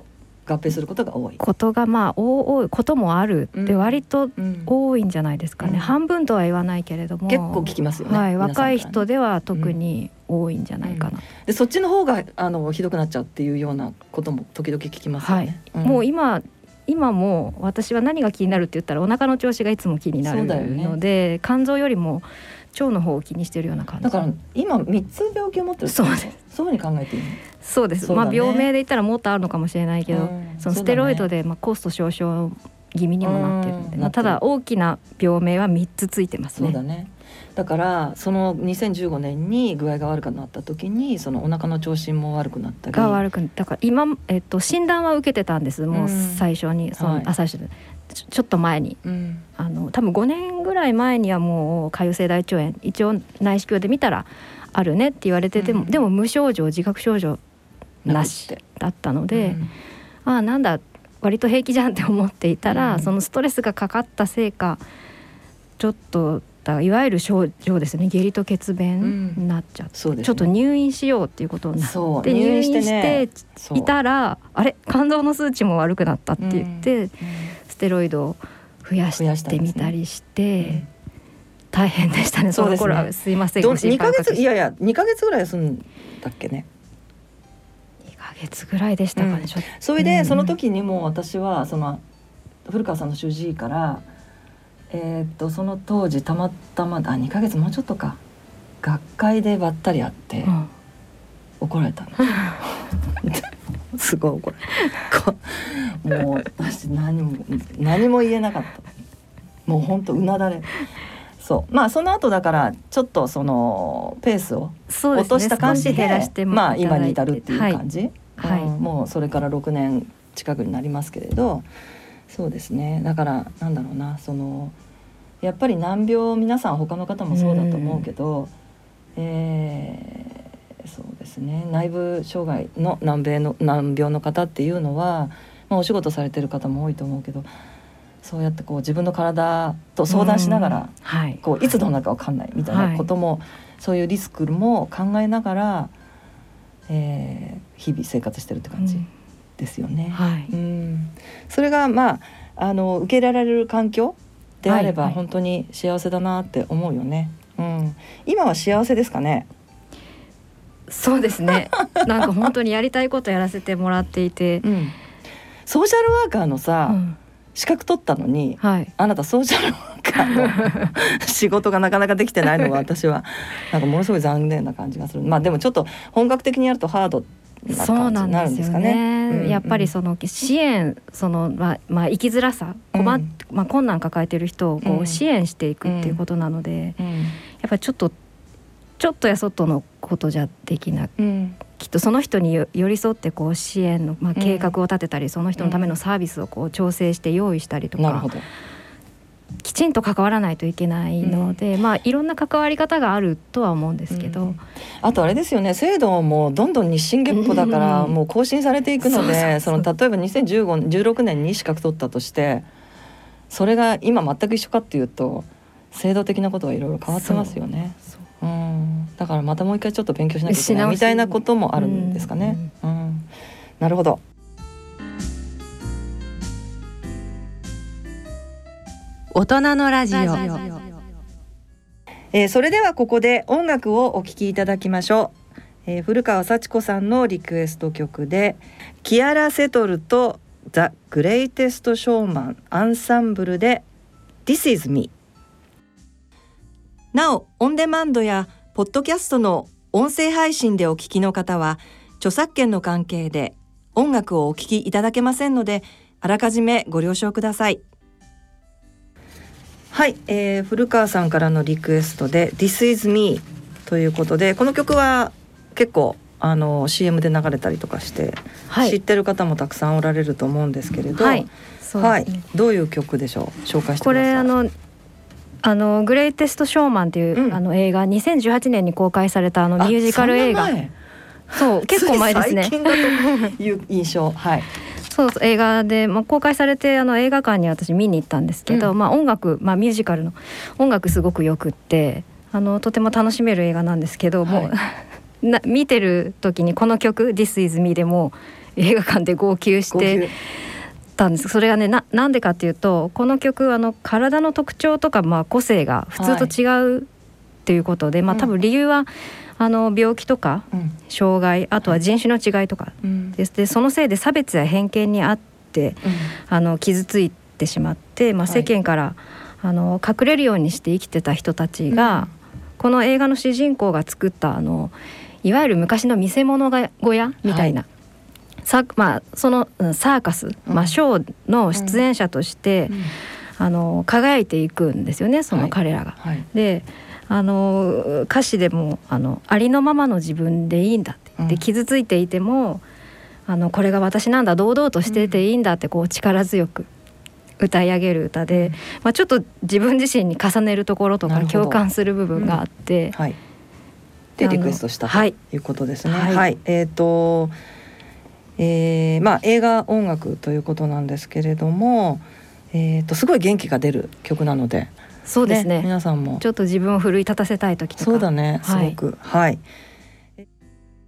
合併することが多いことがまあ多いこともある、うん、で割と多いんじゃないですかね、うん、半分とは言わないけれども結構聞きますよね、 はい、若い人では特に多いんじゃないかな、 うん、でそっちの方があのひどくなっちゃうっていうようなことも時々聞きますよね、 はい、うん、もう今今も私は何が気になるって言ったらお腹の調子がいつも気になるので、ね、肝臓よりも腸の方を気にしてるような感じだから今みっつ病気を持ってるそうです。 そういうふうに考えていいの？ そうです、まあ、病名で言ったらもっとあるのかもしれないけど、うん、そのステロイドでまあコスト少々気味にもなってるんで、うん、まあ、ただ大きな病名はみっつついてますね。 そうだね。だからそのにせんじゅうごねんに具合が悪くなった時にそのお腹の調子も悪くなったりが悪くだから今、えっと、診断は受けてたんですもう最初に、うん、その、はい、あ最初ちょ、ちょっと前に、うん、あの多分ごねんぐらい前にはもう潰瘍性大腸炎一応内視鏡で見たらあるねって言われてても、うん、でも無症状自覚症状なしだったので、うん、ああなんだ割と平気じゃんって思っていたら、うん、そのストレスがかかったせいかちょっといわゆる症状ですね、下痢と血便になっちゃって、うんね、ちょっと入院しようっていうことになって入院していたら、あれ肝臓の数値も悪くなったって言って、うん、ステロイドを増やしてみたりして、ね、うん、大変でしたね。その頃はすいませんご心配おかけして。 いやいやにかげつぐらい休んだっけね。 にかげつぐらいでしたかね、うん、 それで、うん、その時にも私はその古川さんの主治医からえー、とその当時たまたまあにかげつもうちょっとか学会でばったり会って、うん、怒られたのすごい怒られたもう私何も何も言えなかったもう本当うなだれそうまあその後だからちょっとそのペースを落とした感じで、ね、まあ今に至るっていう感じ、はいはい、うん、もうそれからろくねん近くになりますけれど、そうですね。だからなんだろうな、そのやっぱり難病、皆さん他の方もそうだと思うけど、うん、えー、そうですね、内部障害の難病の難病の方っていうのは、まあ、お仕事されてる方も多いと思うけど、そうやってこう自分の体と相談しながら、うん、はい、こういつどうなるか分かんないみたいなことも、はい、そういうリスクも考えながら、えー、日々生活してるって感じですよね、うん、はい、うん、それがまああの受け入れられる環境であれば本当に幸せだなって思うよね、はいはい、うん、今は幸せですかね。 そうですねなんか本当にやりたいことやらせてもらっていて、うん、 ソーシャルワーカーのさ、うん、資格取ったのに、はい、あなたソーシャルワーカーの仕事がなかなかできてないのが私はなんかものすごい残念な感じがする。まあでもちょっと本格的にやるとハードな感じになるんですかね。そうなんですよね、うんうん、やっぱりその支援、その、まあまあ、生きづらさ、困っ、うん、まあ、困難抱えている人をこう支援していくっていうことなので、うんうん、やっぱりちょっとちょっとやそっとのことじゃできな、うん、きっとその人に寄り添ってこう支援の、まあ、計画を立てたり、うん、その人のためのサービスをこう調整して用意したりとか、なるほど、きちんと関わらないといけないので、うん、まあいろんな関わり方があるとは思うんですけど、うん、 あとあれですよね、制度もどんどん日進月歩だからもう更新されていくので、その例えばにせんじゅうご、じゅうろくねんに資格取ったとしてそれが今全く一緒かっていうと制度的なことはいろいろ変わってますよね。うん、だからまたもう一回ちょっと勉強しなきゃいけないみたいなこともあるんですかね、うんうん、なるほど。 大人のラジオ、 えー、それではここで音楽をお聴きいただきましょう、えー、古川幸子さんのリクエスト曲でキアラ・セトルとザ・グレイテスト・ショーマン・アンサンブルで This is me。 なおオンデマンドやポッドキャストの音声配信でお聴きの方は著作権の関係で音楽をお聴きいただけませんのであらかじめご了承ください。はい、えー、古川さんからのリクエストで This is me ということで、この曲は結構あの シーエム で流れたりとかして、はい、知ってる方もたくさんおられると思うんですけれど、はい、そうですね、はい、どういう曲でしょう、紹介してください。 これあのあのグレイテストショーマンという、うん、あの映画にせんじゅうはちねんに公開されたあのミュージカル映画、そう結構前ですね、 最近だという印象はいそう映画で、まあ、公開されてあの映画館に私見に行ったんですけど、うん、まあ、音楽、まあ、ミュージカルの音楽すごくよくってあのとても楽しめる映画なんですけど、はい、もうな見てる時にこの曲 This is me でも映画館で号泣してたんです。それがね な, なんでかっていうと、この曲あの体の特徴とか、まあ、個性が普通と違うっていうことで、はい、まあ、多分理由は、うん、あの病気とか、うん、障害、あとは人種の違いとかです、うん、でそのせいで差別や偏見にあって、うん、あの傷ついてしまって、まあ、世間から、はい、あの隠れるようにして生きてた人たちが、うん、この映画の主人公が作ったあのいわゆる昔の見せ物小屋みたいな、はい、さまあ、そのサーカス、まあ、ショーの出演者として、うんうん、あの輝いていくんですよね、その彼らが、はいはい、であの歌詞でもあのありのままの自分でいいんだって、うん、で傷ついていてもあのこれが私なんだ、堂々としてていいんだってこう力強く歌い上げる歌で、うん、まあ、ちょっと自分自身に重ねるところとか共感する部分があって、うん、はい、 でリクエストしたということですね。はい、はい、えーとえーまあ、映画音楽ということなんですけれども、えーとすごい元気が出る曲なので、 そうですね、 皆さんもちょっと自分を奮い立たせたい時とか、 そうだね、すごく、はい、はい、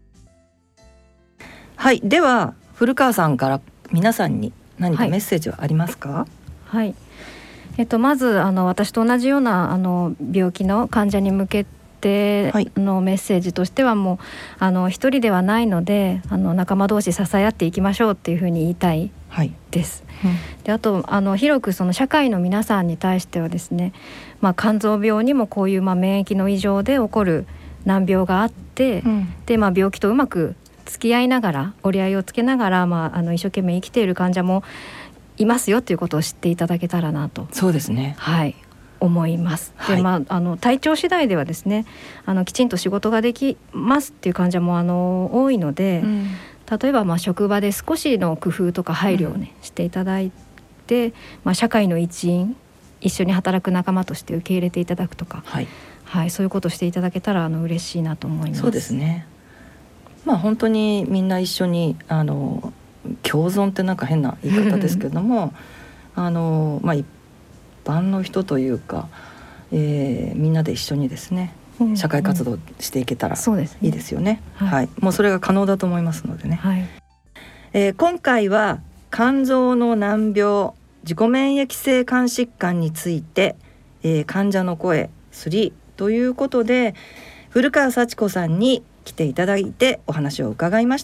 はい、では古川さんから皆さんに何かメッセージはありますか？ はい、はい、えっと、まずあの私と同じようなあの病気の患者に向けてのメッセージとしては、もうあの一人ではないので、あの仲間同士支え合っていきましょうっていうふうに言いたいです、はい、うん、であとあの広くその社会の皆さんに対してはですね、まあ、肝臓病にもこういうまあ免疫の異常で起こる難病があって、うん、でまあ、病気とうまく付き合いながら折り合いをつけながら、まあ、あの一生懸命生きている患者もいますよということを知っていただけたらなと、 そうですね、 はい、思います。で、まあ、あの体調次第ではですね、あのきちんと仕事ができますっていう患者もあの多いので、うん、例えばまあ職場で少しの工夫とか配慮を、ね、うん、していただいて、まあ、社会の一員、一緒に働く仲間として受け入れていただくとか、はいはい、そういうことをしていただけたらあの嬉しいなと思います。 そうですね、まあ、本当にみんな一緒にあの共存ってなんか変な言い方ですけどもあの、まあ、一般の人というか、えー、みんなで一緒にですね、うん、社会活動していけたらいいですよね、うん、はいはい、もうそれが可能だと思いますのでね、はい、えー、今回は肝臓の難病、自己免疫性肝疾患について、えー、患者の声スリーということで古川幸子さんに来ていただいてお話を伺いました。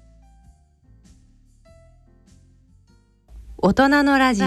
大人のラジオ。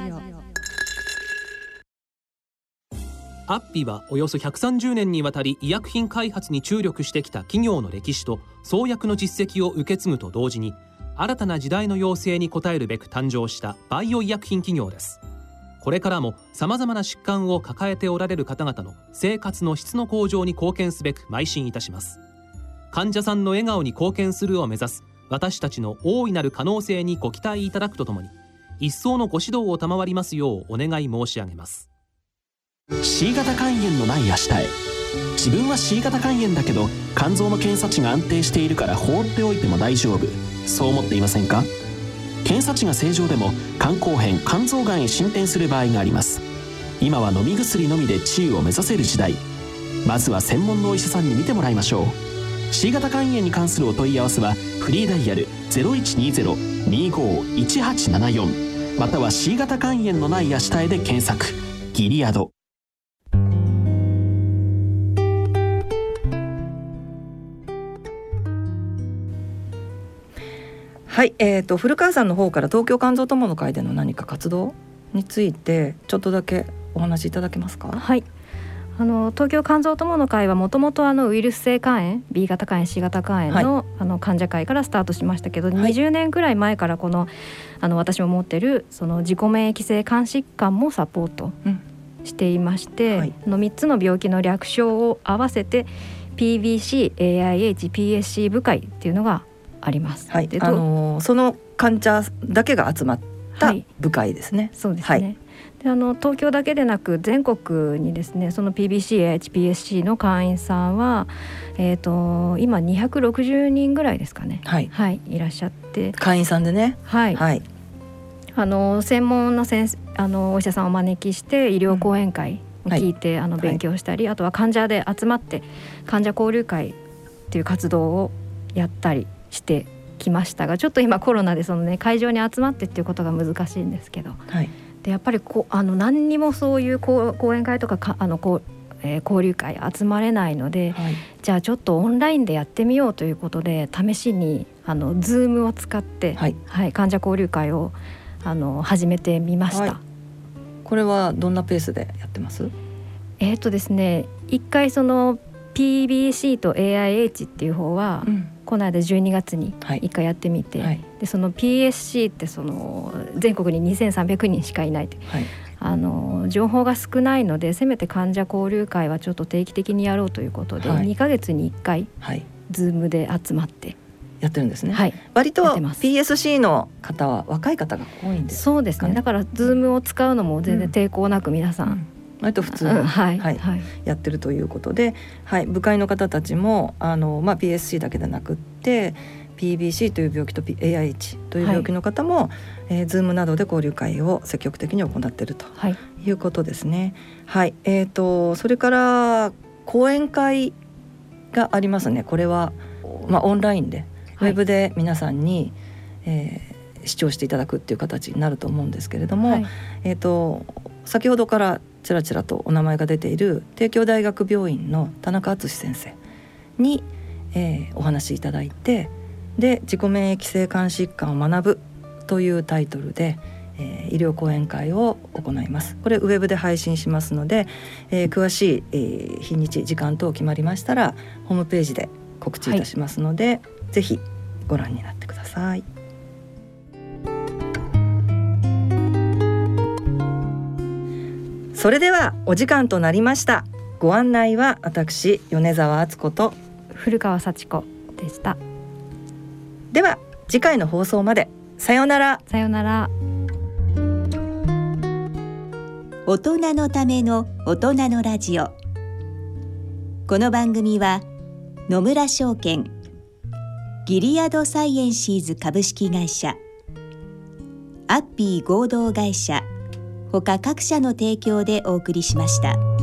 アッピはおよそひゃくさんじゅうねんにわたり医薬品開発に注力してきた企業の歴史と創薬の実績を受け継ぐと同時に、新たな時代の要請に応えるべく誕生したバイオ医薬品企業です。これからもさまざまな疾患を抱えておられる方々の生活の質の向上に貢献すべく邁進いたします。患者さんの笑顔に貢献するを目指す私たちの大いなる可能性にご期待いただくとともに、一層のご指導を賜りますようお願い申し上げます。 シー 型肝炎のない明日へ。自分は シー 型肝炎だけど肝臓の検査値が安定しているから放っておいても大丈夫、そう思っていませんか？検査値が正常でも肝硬変、肝臓がんへ進展する場合があります。今は飲み薬のみで治癒を目指せる時代。まずは専門のお医者さんに診てもらいましょう。 シー 型肝炎に関するお問い合わせはフリーダイヤル ゼロいちにゼロ にごーいちはちななよん または シー 型肝炎のない明日へで検索。ギリアド。 はい、えーと、古川さんの方から東京肝臓友の会での何か活動についてちょっとだけお話しいただけますか？ はい、あの東京肝臓友の会はもともとウイルス性肝炎 ビー 型肝炎 シー 型肝炎 の,、はい、あの患者会からスタートしましたけど、はい、にじゅうねんぐらい前からこの、あの私も持ってるその自己免疫性肝疾患もサポートしていまして、うん、はい、のみっつの病気の略称を合わせて ピービーシー、エーアイエイチ、ピーエスシー 部会っていうのがあります。 はい、あのー、その患者だけが集まった部会ですね。 はい、そうですね。はい、であの東京だけでなく全国にですね、その ピービーシー、エーアイエイチ、ピーエスシー の会員さんは、えー、と今にひゃくろくじゅうにんぐらいですかね。はい、はい、いらっしゃって会員さんでね。はい、はい、 あの専門の先生、あのお医者さんをお招きして医療講演会を聞いて、うん、はい、あの勉強したり、はい、あとは患者で集まって患者交流会っていう活動をやったりしてききましたが、ちょっと今コロナでその、ね、会場に集まってっていうことが難しいんですけど、 はい、 でやっぱりこあの何にもそういう講演会とか、かあのこう、えー、交流会集まれないので、はい、じゃあちょっとオンラインでやってみようということで試しにあの Zoom を使って、はいはい、患者交流会をあの始めてみました、はい、 これはどんなペースでやってます？ えーとですね、一回その ピービーシー と エーアイエイチ っていう方は、うん、この間じゅうにがつに一回やってみて、はい、でその ピーエスシー ってその全国ににせんさんびゃくにんしかいないと、はい、あの情報が少ないので、せめて患者交流会はちょっと定期的にやろうということで、はい、にかげつにいっかい、はい、Zoom で集まってやってるんですね、 はい、 割と ピーエスシー の方は若い方が多いんですか？ そうですね、だから Zoom を使うのも全然抵抗なく皆さん、うんうん、 割と普通に、うんはいはいはい、やってるということで、はい、部会の方たちもあの、まあ、ピーエスシー だけでなくって ピービーシー という病気と エーアイエイチ という病気の方も、はいえー、Zoom などで交流会を積極的に行っているということですね、はいえー、とそれから講演会がありますね。これは、まあ、オンラインでウェブで皆さんに、えー、視聴していただくっていう形になると思うんですけれども、はいえー、と先ほどからちらちらとお名前が出ている帝京大学病院の田中敦先生に、えー、お話しいただいて、で自己免疫性肝疾患を学ぶというタイトルで、えー、医療講演会を行います。これウェブで配信しますので、えー、詳しい、えー、日にち時間等決まりましたらホームページで告知いたしますので、はい、ぜひご覧になってください。それではお時間となりました。ご案内は私米澤敦子と古川幸子でした。 では次回の放送まで。さようなら。 さようなら。 大人のための大人のラジオ。この番組は野村証券、ギリアドサイエンシーズ株式会社、アッピー合同会社他各社の提供でお送りしました。